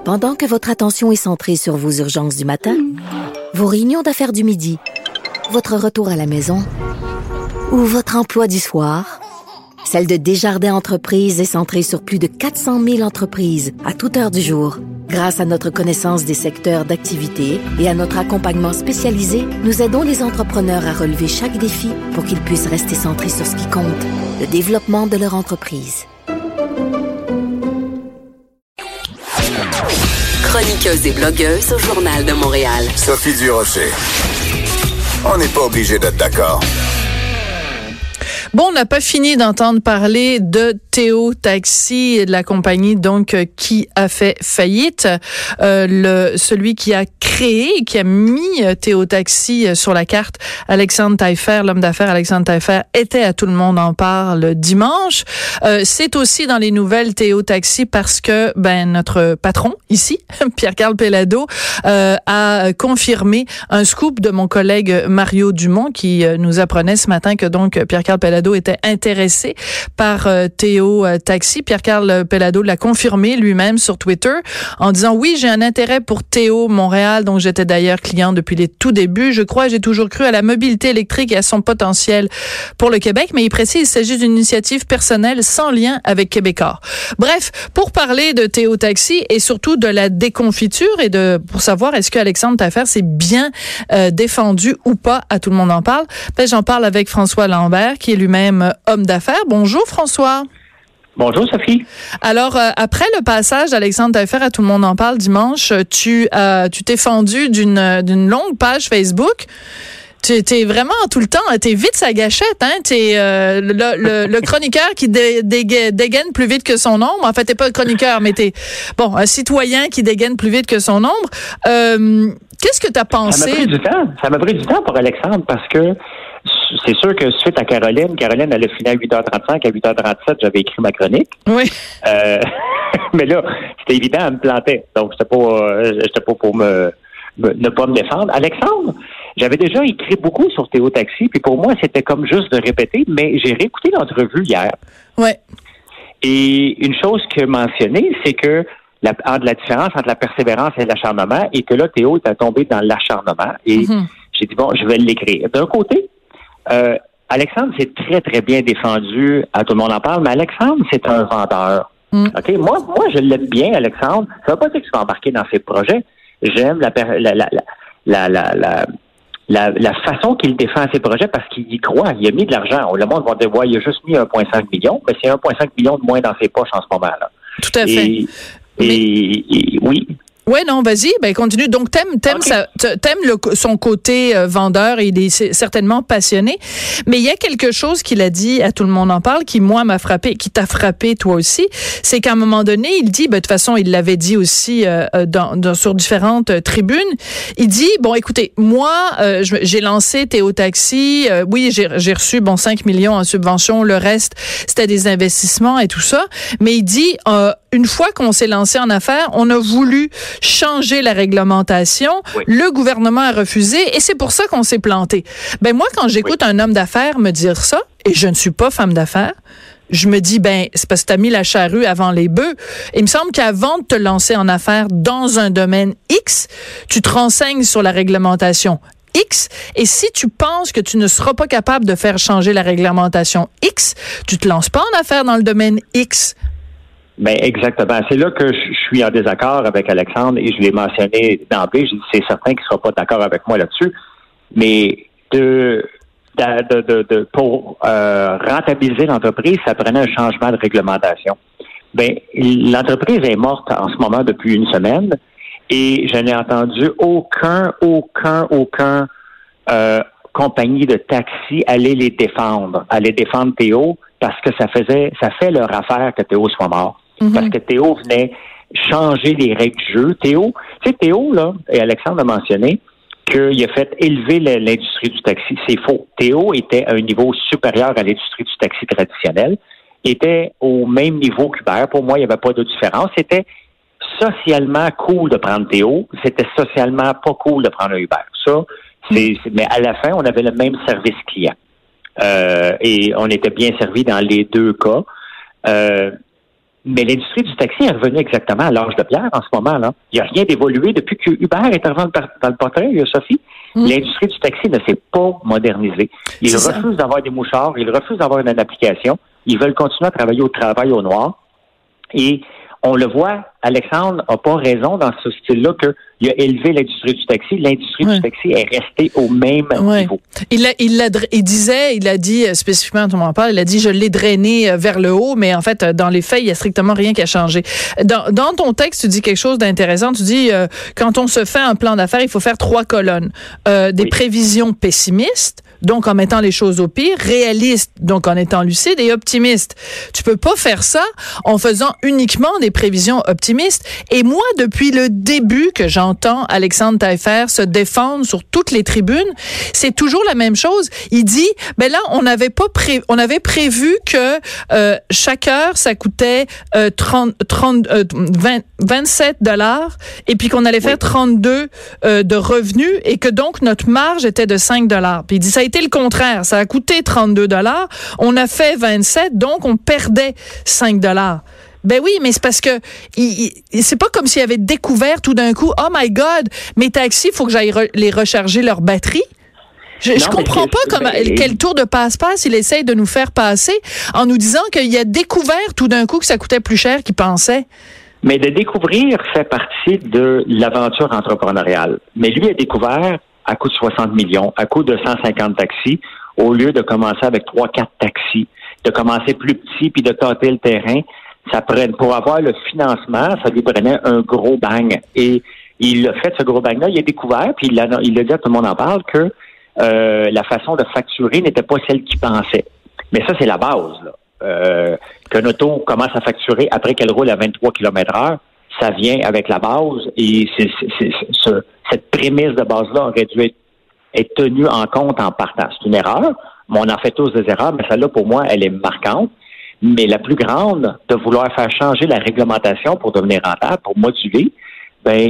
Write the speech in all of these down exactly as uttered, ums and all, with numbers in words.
Pendant que votre attention est centrée sur vos urgences du matin, vos réunions d'affaires du midi, votre retour à la maison ou votre emploi du soir, celle de Desjardins Entreprises est centrée sur plus de quatre cent mille entreprises à toute heure du jour. Grâce à notre connaissance des secteurs d'activité et à notre accompagnement spécialisé, nous aidons les entrepreneurs à relever chaque défi pour qu'ils puissent rester centrés sur ce qui compte, le développement de leur entreprise. Chroniqueuse et blogueuse au Journal de Montréal. Sophie Durocher. On n'est pas obligé d'être d'accord. Bon, on n'a pas fini d'entendre parler de Théo Taxi, de la compagnie donc euh, qui a fait faillite. Euh, le celui qui a créé, qui a mis euh, Théo Taxi euh, sur la carte, Alexandre Taillefer, l'homme d'affaires Alexandre Taillefer, était à Tout le monde en parle dimanche. Euh, c'est aussi dans les nouvelles Théo Taxi parce que ben notre patron ici, Pierre-Carl Péladeau, euh, a confirmé un scoop de mon collègue Mario Dumont qui euh, nous apprenait ce matin que donc Pierre-Carl Péladeau était intéressé par euh, Théo euh, Taxi. Pierre-Carl Péladeau l'a confirmé lui-même sur Twitter en disant « Oui, j'ai un intérêt pour Théo Montréal, dont j'étais d'ailleurs client depuis les tout débuts. Je crois, j'ai toujours cru à la mobilité électrique et à son potentiel pour le Québec. » Mais il précise qu'il s'agit d'une initiative personnelle sans lien avec Québécois. Bref, pour parler de Théo Taxi et surtout de la déconfiture et de pour savoir est-ce que Alexandre Taillefer s'est bien euh, défendu ou pas, à Tout le monde en parle, ben, j'en parle avec François Lambert, qui est lui-même homme d'affaires. Bonjour François. Bonjour Sophie. Alors, euh, après le passage d'Alexandre Taillefer à Tout le monde en parle dimanche, tu euh, tu t'es fendu d'une d'une longue page Facebook. Tu t'es vraiment tout le temps, t'es vite sa gâchette, hein. T'es euh, le, le, le chroniqueur qui dé, dé, dégaine plus vite que son ombre. En fait, t'es pas le chroniqueur, mais t'es bon un citoyen qui dégaine plus vite que son ombre. Euh, qu'est-ce que t'as pensé? Ça m'a pris du temps. Ça m'a pris du temps pour Alexandre parce que c'est sûr que suite à Caroline, Caroline, elle a fini à huit heures trente-cinq. À huit heures trente-sept, j'avais écrit ma chronique. Oui. Euh, mais là, c'était évident, elle me plantait. Donc, j'étais pas, euh, j'étais pas pour me, me, ne pas me défendre. Alexandre, j'avais déjà écrit beaucoup sur Théo Taxi, puis pour moi, c'était comme juste de répéter, mais j'ai réécouté l'entrevue hier. Oui. Et une chose que mentionné, c'est que la, la différence entre la persévérance et l'acharnement, et que là, Théo était tombé dans l'acharnement. Et mm-hmm. j'ai dit, bon, je vais l'écrire. D'un côté, Euh, Alexandre s'est très, très bien défendu, à Tout le monde en parle, mais Alexandre, c'est un vendeur. Mm. OK? Moi, moi, je l'aime bien, Alexandre. Ça veut pas dire que je vais embarquer dans ses projets. J'aime la, la, la, la, la, la, la, la façon qu'il défend ses projets parce qu'il y croit. Il a mis de l'argent. Le monde va dire, ouais, il a juste mis un virgule cinq million, mais c'est un virgule cinq million de moins dans ses poches en ce moment-là. Tout à fait. Et, mais... et, et oui. Ouais, non, vas-y, ben continue. Donc t'aimes t'aimes okay. ça, t'aimes le, son côté euh, vendeur et il est certainement passionné. Mais il y a quelque chose qu'il a dit à Tout le monde en parle qui moi m'a frappé, qui t'a frappé toi aussi, c'est qu'à un moment donné, il dit, ben de toute façon, il l'avait dit aussi euh, dans, dans sur différentes euh, tribunes. Il dit, bon, écoutez, moi, euh, je, j'ai lancé Théo Taxi. Euh, oui, j'ai, j'ai reçu bon cinq millions en subvention. Le reste, c'était des investissements et tout ça. Mais il dit, euh, une fois qu'on s'est lancé en affaires, on a voulu changer la réglementation. Oui. Le gouvernement a refusé et c'est pour ça qu'on s'est planté. Ben moi, quand j'écoute oui. un homme d'affaires me dire ça, et je ne suis pas femme d'affaires, je me dis, ben, c'est parce que t'as mis la charrue avant les bœufs. Il me semble qu'avant de te lancer en affaires dans un domaine X, tu te renseignes sur la réglementation X, et si tu penses que tu ne seras pas capable de faire changer la réglementation X, tu te lances pas en affaires dans le domaine X. Ben exactement. C'est là que je suis en désaccord avec Alexandre et je l'ai mentionné d'emblée. J'ai dit c'est certain qu'il ne sera pas d'accord avec moi là-dessus. Mais de, de, de, de, de pour euh, rentabiliser l'entreprise, ça prenait un changement de réglementation. Ben l'entreprise est morte en ce moment depuis une semaine et je n'ai entendu aucun, aucun, aucun euh, compagnie de taxi aller les défendre, aller défendre Théo parce que ça faisait, ça fait leur affaire que Théo soit mort. Mm-hmm. Parce que Théo venait changer les règles du jeu. Théo, tu sais, Théo, là, et Alexandre a mentionné qu'il a fait élever l'industrie du taxi. C'est faux. Théo était à un niveau supérieur à l'industrie du taxi traditionnel, était au même niveau qu'Uber. Pour moi, il n'y avait pas de différence. C'était socialement cool de prendre Théo. C'était socialement pas cool de prendre un Uber. Ça, c'est, c'est, mais à la fin, on avait le même service client. Euh, et on était bien servi dans les deux cas. Euh, Mais l'industrie du taxi est revenue exactement à l'âge de pierre en ce moment. Là, il n'y a rien d'évolué depuis que Uber est arrivé dans le portrait, Sophie. Mmh. L'industrie du taxi ne s'est pas modernisée. Ils C'est refusent ça. d'avoir des mouchards, ils refusent d'avoir une application. Ils veulent continuer à travailler au travail au noir. Et on le voit, Alexandre n'a pas raison dans ce style-là qu'il a élevé l'industrie du taxi. L'industrie ouais. du taxi est restée au même ouais. niveau. Il, a, il, a, il disait, il a dit spécifiquement, tout le monde en parle, il a dit « je l'ai drainé vers le haut », mais en fait, dans les faits, il n'y a strictement rien qui a changé. Dans, dans ton texte, tu dis quelque chose d'intéressant. Tu dis euh, « quand on se fait un plan d'affaires, il faut faire trois colonnes. Euh, des oui. prévisions pessimistes, donc en mettant les choses au pire, réaliste, donc en étant lucide, et optimiste. Tu peux pas faire ça en faisant uniquement des prévisions optimistes. Et moi, depuis le début que j'entends Alexandre Taillefer se défendre sur toutes les tribunes, c'est toujours la même chose. Il dit, ben là, on n'avait pas pré- on avait prévu que euh, chaque heure, ça coûtait euh, trente, trente, euh, vingt, vingt-sept dollars, et puis qu'on allait faire trente-deux euh, de revenus, et que donc notre marge était de cinq dollars. Puis il dit, ça a été le contraire. Ça a coûté trente-deux dollars. On a fait vingt-sept, donc on perdait cinq dollars. Ben oui, mais c'est parce que il, il, c'est pas comme s'il avait découvert tout d'un coup, oh my God, mes taxis, il faut que j'aille re- les recharger leur batterie. Je, non, je comprends pas comme, mais... quel tour de passe-passe il essaye de nous faire passer en nous disant qu'il a découvert tout d'un coup que ça coûtait plus cher qu'il pensait. Mais de découvrir fait partie de l'aventure entrepreneuriale. Mais lui a découvert à coût de soixante millions, à coût de cent cinquante taxis, au lieu de commencer avec trois quatre taxis, de commencer plus petit puis de tâter le terrain. Ça prenait, pour avoir le financement, ça lui prenait un gros bang. Et il a fait ce gros bang-là, il a découvert, puis il l'a, il a dit à tout le monde en parle, que euh, la façon de facturer n'était pas celle qu'il pensait. Mais ça, c'est la base, là. Euh, qu'un auto commence à facturer après qu'elle roule à vingt-trois kilomètres heure, ça vient avec la base, et c'est, c'est, c'est, c'est, cette prémisse de base-là aurait dû être, être tenue en compte en partant. C'est une erreur, mais on en fait tous des erreurs, mais celle-là, pour moi, elle est marquante. Mais la plus grande, de vouloir faire changer la réglementation pour devenir rentable, pour moduler, ben,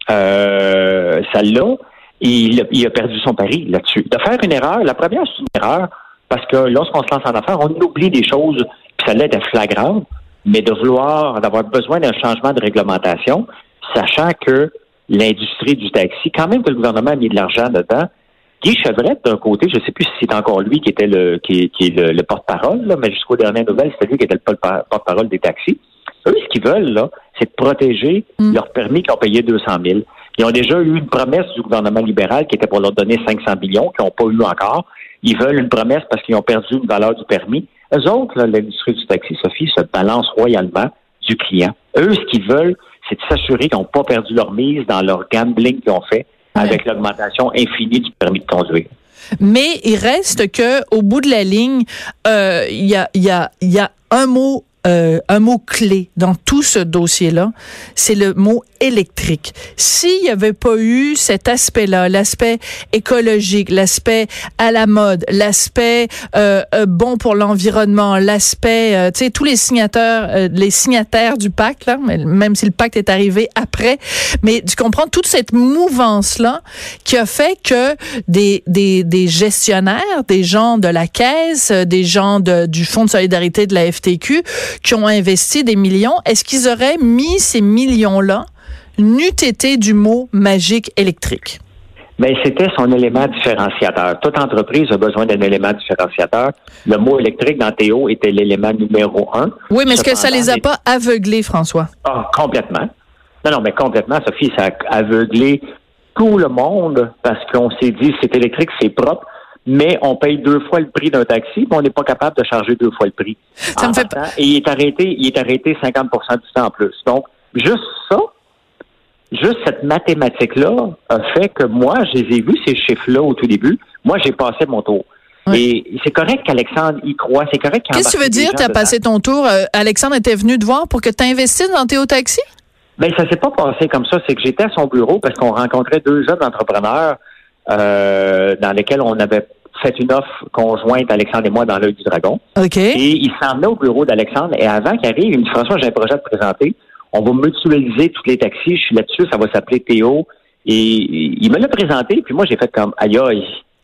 euh, celle-là, il, il a perdu son pari là-dessus. De faire une erreur, la première, c'est une erreur, parce que lorsqu'on se lance en affaires, on oublie des choses, puis celle-là était flagrante, mais de vouloir, d'avoir besoin d'un changement de réglementation, sachant que l'industrie du taxi, quand même que le gouvernement a mis de l'argent dedans, Guy Chevrette, d'un côté, je ne sais plus si c'est encore lui qui était le qui, qui est le, le porte-parole, là, mais jusqu'aux dernières nouvelles, c'était lui qui était le porte-parole des taxis. Eux, ce qu'ils veulent, là, c'est de protéger mm. leurs permis qui ont payé deux cent mille. Ils ont déjà eu une promesse du gouvernement libéral qui était pour leur donner cinq cents millions, qu'ils n'ont pas eu encore. Ils veulent une promesse parce qu'ils ont perdu une valeur du permis. Eux autres, là, l'industrie du taxi, Sophie, se balance royalement du client. Eux, ce qu'ils veulent, c'est de s'assurer qu'ils n'ont pas perdu leur mise dans leur gambling qu'ils ont fait avec ouais. l'augmentation infinie du permis de conduire. Mais il reste que, au bout de la ligne, euh, il y a, il y a, il y a un mot, euh, un mot clé dans tout ce dossier-là, c'est le mot électrique. S'il n'y avait pas eu cet aspect-là, l'aspect écologique, l'aspect à la mode, l'aspect euh, euh, bon pour l'environnement, l'aspect, euh, tu sais, tous les signataires, euh, les signataires du pacte, là, même si le pacte est arrivé après, mais tu comprends toute cette mouvance-là qui a fait que des des des gestionnaires, des gens de la caisse, des gens de, du Fonds de solidarité de la F T Q qui ont investi des millions, est-ce qu'ils auraient mis ces millions-là n'eût été du mot magique électrique? Bien, c'était son élément différenciateur. Toute entreprise a besoin d'un élément différenciateur. Le mot électrique dans Théo était l'élément numéro un. Oui, mais est-ce que ça les a pas aveuglés, François? Ah, complètement. Non, non, mais complètement, Sophie, ça a aveuglé tout le monde parce qu'on s'est dit, c'est électrique, c'est propre, mais on paye deux fois le prix d'un taxi, mais on n'est pas capable de charger deux fois le prix. Ça me fait... Et il est arrêté, il est arrêté cinquante pour cent du temps en plus. Donc, juste ça, juste cette mathématique-là a fait que moi, je les ai vus, ces chiffres-là, au tout début. Moi, j'ai passé mon tour. Oui. Et c'est correct qu'Alexandre y croit. C'est correct qu'il Qu'est-ce que tu veux dire, tu as passé ton tour? Euh, Alexandre était venu te voir pour que tu investisses dans Théo Taxi? Bien, ça s'est pas passé comme ça. C'est que j'étais à son bureau parce qu'on rencontrait deux jeunes entrepreneurs euh, dans lesquels on avait fait une offre conjointe, Alexandre et moi, dans l'œil du dragon. OK. Et il s'en au bureau d'Alexandre. Et avant qu'il arrive, il me dit, François, j'ai un projet à te présenter. On va mutualiser tous les taxis. Je suis là-dessus. Ça va s'appeler Théo. Et il me l'a présenté. Puis moi, j'ai fait comme, aïe, aïe. C'est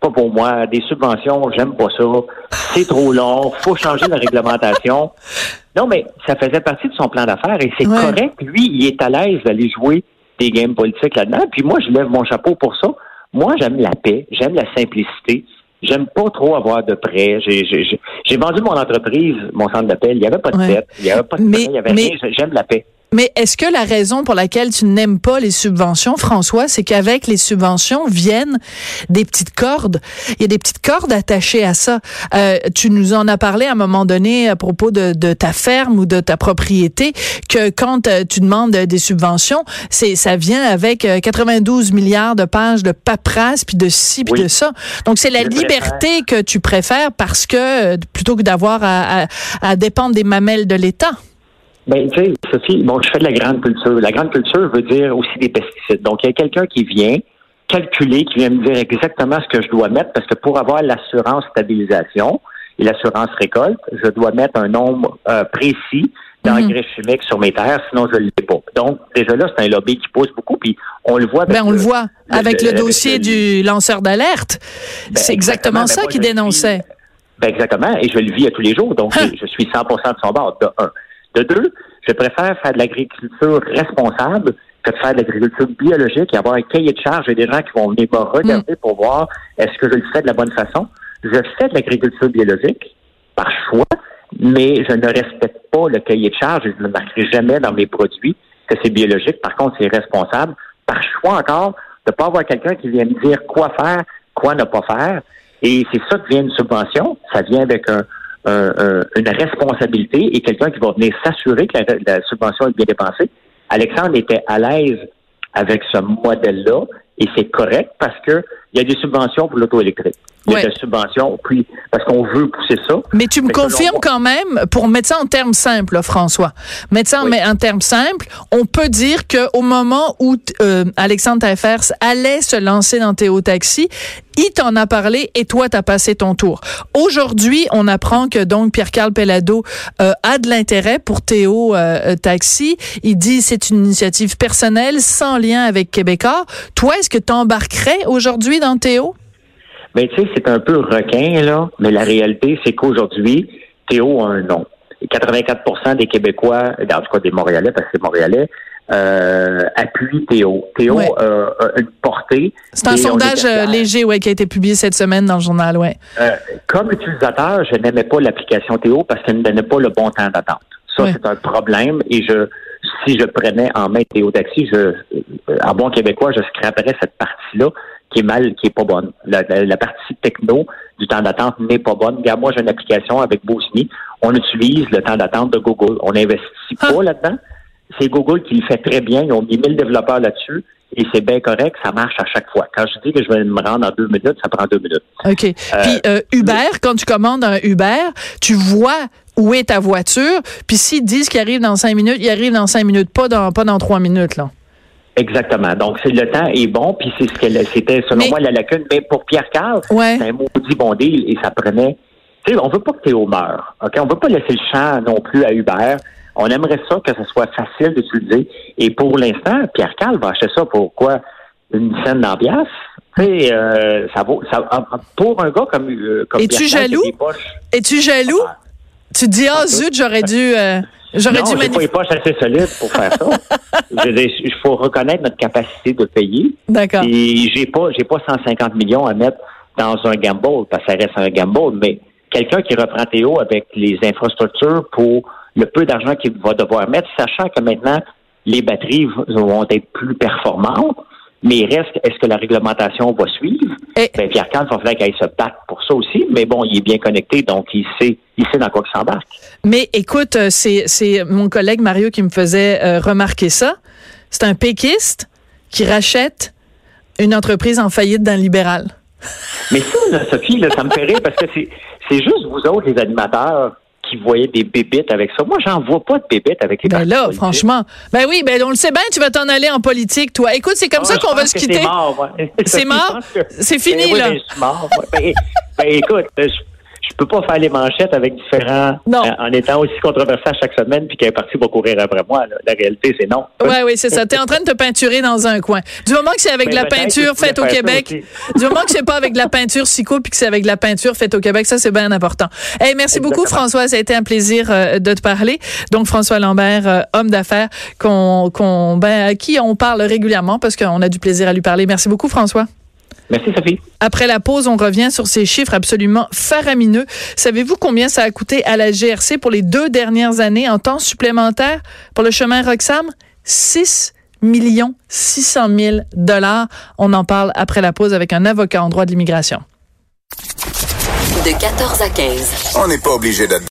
pas pour moi. Des subventions, j'aime pas ça. C'est trop long. Faut changer la réglementation. Non, mais ça faisait partie de son plan d'affaires et c'est ouais. correct. Lui, il est à l'aise d'aller jouer des games politiques là-dedans. Puis moi, je lève mon chapeau pour ça. Moi, j'aime la paix. J'aime la simplicité. J'aime pas trop avoir de prêts. J'ai, j'ai, j'ai vendu mon entreprise, mon centre d'appel. Il n'y avait pas de ouais. dette. Il n'y avait pas de prêts. Il n'y avait mais... rien. J'aime la paix. Mais est-ce que la raison pour laquelle tu n'aimes pas les subventions, François, c'est qu'avec les subventions viennent des petites cordes? Il y a des petites cordes attachées à ça. Euh, tu nous en as parlé à un moment donné à propos de, de ta ferme ou de ta propriété, que quand euh, tu demandes des subventions, c'est ça vient avec euh, quatre-vingt-douze milliards de pages de paperasse, puis de ci, puis oui. de ça. Donc, c'est la Je liberté préfère. que tu préfères parce que, euh, plutôt que d'avoir à, à, à dépendre des mamelles de l'État. Ben, tu sais, Sophie, bon, je fais de la grande culture. La grande culture veut dire aussi des pesticides. Donc, il y a quelqu'un qui vient calculer, qui vient me dire exactement ce que je dois mettre, parce que pour avoir l'assurance stabilisation et l'assurance récolte, je dois mettre un nombre euh, précis d'engrais mmh. chimiques sur mes terres, sinon je ne l'ai pas. Donc, déjà là, c'est un lobby qui pousse beaucoup, puis on le voit avec ben, on le, le voit le, avec le, le dossier avec le, du lanceur d'alerte. Ben, c'est exactement, exactement ça qu'il dénonçait. Vis, ben, exactement, et je le vis à tous les jours, donc hein? je, je suis cent pour cent de son bord, de un. De deux, je préfère faire de l'agriculture responsable que de faire de l'agriculture biologique et avoir un cahier de charge et des gens qui vont venir me regarder mmh. pour voir est-ce que je le fais de la bonne façon. Je fais de l'agriculture biologique par choix, mais je ne respecte pas le cahier de charge et je ne marquerai jamais dans mes produits que c'est biologique. Par contre, c'est responsable. Par choix encore, de ne pas avoir quelqu'un qui vient me dire quoi faire, quoi ne pas faire. Et c'est ça que vient une subvention. Ça vient avec un Un, un, une responsabilité et quelqu'un qui va venir s'assurer que la, la subvention est bien dépensée. Alexandre était à l'aise avec ce modèle-là et c'est correct parce que il y a des subventions pour l'auto électrique. Il y a ouais. des subventions, puis parce qu'on veut pousser ça. Mais tu me mais confirmes quand même, pour mettre ça en termes simples, là, François, mettre ça oui. en, en termes simples, on peut dire qu'au moment où euh, Alexandre Taillefer allait se lancer dans Théo Taxi, il t'en a parlé et toi, t'as passé ton tour. Aujourd'hui, on apprend que donc Pierre-Carl Pellado euh, a de l'intérêt pour Théo euh, Taxi. Il dit c'est une initiative personnelle, sans lien avec Québécois. Toi, est-ce que t'embarquerais aujourd'hui dans Théo? Ben, tu sais, c'est un peu requin, là, mais la réalité, c'est qu'aujourd'hui, Théo a un nom. Et quatre-vingt-quatre pour cent des Québécois, en tout cas des Montréalais, parce que c'est Montréalais, euh, appuient Théo. Théo ouais. euh, a une portée. C'est un sondage léger, ouais, qui a été publié cette semaine dans le journal, ouais. Euh, comme utilisateur, je n'aimais pas l'application Théo parce qu'elle ne donnait pas le bon temps d'attente. Ça, ouais. c'est un problème et je, si je prenais en main Théo Taxi, je, en bon québécois, je scraperais cette partie-là qui est mal, qui est pas bonne. La, la, la partie techno du temps d'attente n'est pas bonne. Regarde, moi, j'ai une application avec Bosmi. On utilise le temps d'attente de Google. On n'investit pas ah. là-dedans. C'est Google qui le fait très bien. Ils ont mis mille développeurs là-dessus et c'est bien correct. Ça marche à chaque fois. Quand je dis que je vais me rendre en deux minutes, ça prend deux minutes. OK. Euh, Puis euh, Uber, quand tu commandes un Uber, tu vois où est ta voiture. Puis s'ils disent qu'il arrive dans cinq minutes, il arrive dans cinq minutes, pas dans, pas dans trois minutes, là. Exactement. Donc, c'est le temps est bon, puis c'est ce qu'elle c'était, selon mais, moi, la lacune. Mais pour Pierre-Carl, ouais. c'est un maudit bon deal et ça prenait... Tu sais, on veut pas que Théo meure, OK? On veut pas laisser le champ non plus à Uber. On aimerait ça que ce soit facile d'utiliser. Et pour l'instant, Pierre-Carl va acheter ça pour quoi? Une scène d'ambiance? Tu sais, euh, ça vaut... Ça, pour un gars comme, euh, comme Es-tu jaloux? Es-tu jaloux? Ah, tu te dis, ah, oh, zut, j'aurais dû... Euh... J'aurais non, dû j'ai manif- pas les poches assez solides pour faire ça. Il faut reconnaître notre capacité de payer. D'accord. Et j'ai pas, j'ai pas cent cinquante millions à mettre dans un gamble, parce que ça reste un gamble, mais quelqu'un qui reprend Théo avec les infrastructures pour le peu d'argent qu'il va devoir mettre, sachant que maintenant, les batteries vont être plus performantes, mais il reste, est-ce que la réglementation va suivre? Et... Ben, Pierre-Carl, il va falloir qu'il se batte pour ça aussi, mais bon, il est bien connecté, donc il sait, il sait dans quoi il s'embarque. Mais écoute, c'est, c'est mon collègue Mario qui me faisait euh, remarquer ça. C'est un péquiste qui rachète une entreprise en faillite d'un libéral. Mais ça, là, Sophie, là, ça me fait rire parce que c'est, c'est juste vous autres, les animateurs, qui voyaient des bébites avec ça. Moi, j'en vois pas de bébites avec les ben là, politiques. Franchement. Ben oui, ben on le sait bien, tu vas t'en aller en politique, toi. Écoute, c'est comme ah, ça qu'on va se quitter. C'est mort, moi. C'est mort? Que... C'est fini, ben, là? Oui, ben, je suis mort. Ben, ben, écoute, je, je je peux pas faire les manchettes avec différents, non. euh, en étant aussi controversé à chaque semaine, puis qu'un parti va courir après moi. Là. La réalité, c'est non. Oui, oui, c'est ça. Tu es en train de te peinturer dans un coin. Du moment que c'est avec de la peinture faite au Québec, du moment que c'est pas avec de la peinture Sico, puis que c'est avec de la peinture faite au Québec, ça, c'est bien important. Hey, merci Exactement. beaucoup, François. Ça a été un plaisir euh, de te parler. Donc, François Lambert, euh, homme d'affaires, qu'on, qu'on, ben, à qui on parle régulièrement parce qu'on a du plaisir à lui parler. Merci beaucoup, François. Merci, Sophie. Après la pause, on revient sur ces chiffres absolument faramineux. Savez-vous combien ça a coûté à la G R C pour les deux dernières années en temps supplémentaire pour le chemin Roxham? six millions six cent mille dollars. On en parle après la pause avec un avocat en droit de l'immigration. De quatorze à quinze. On n'est pas obligé d'être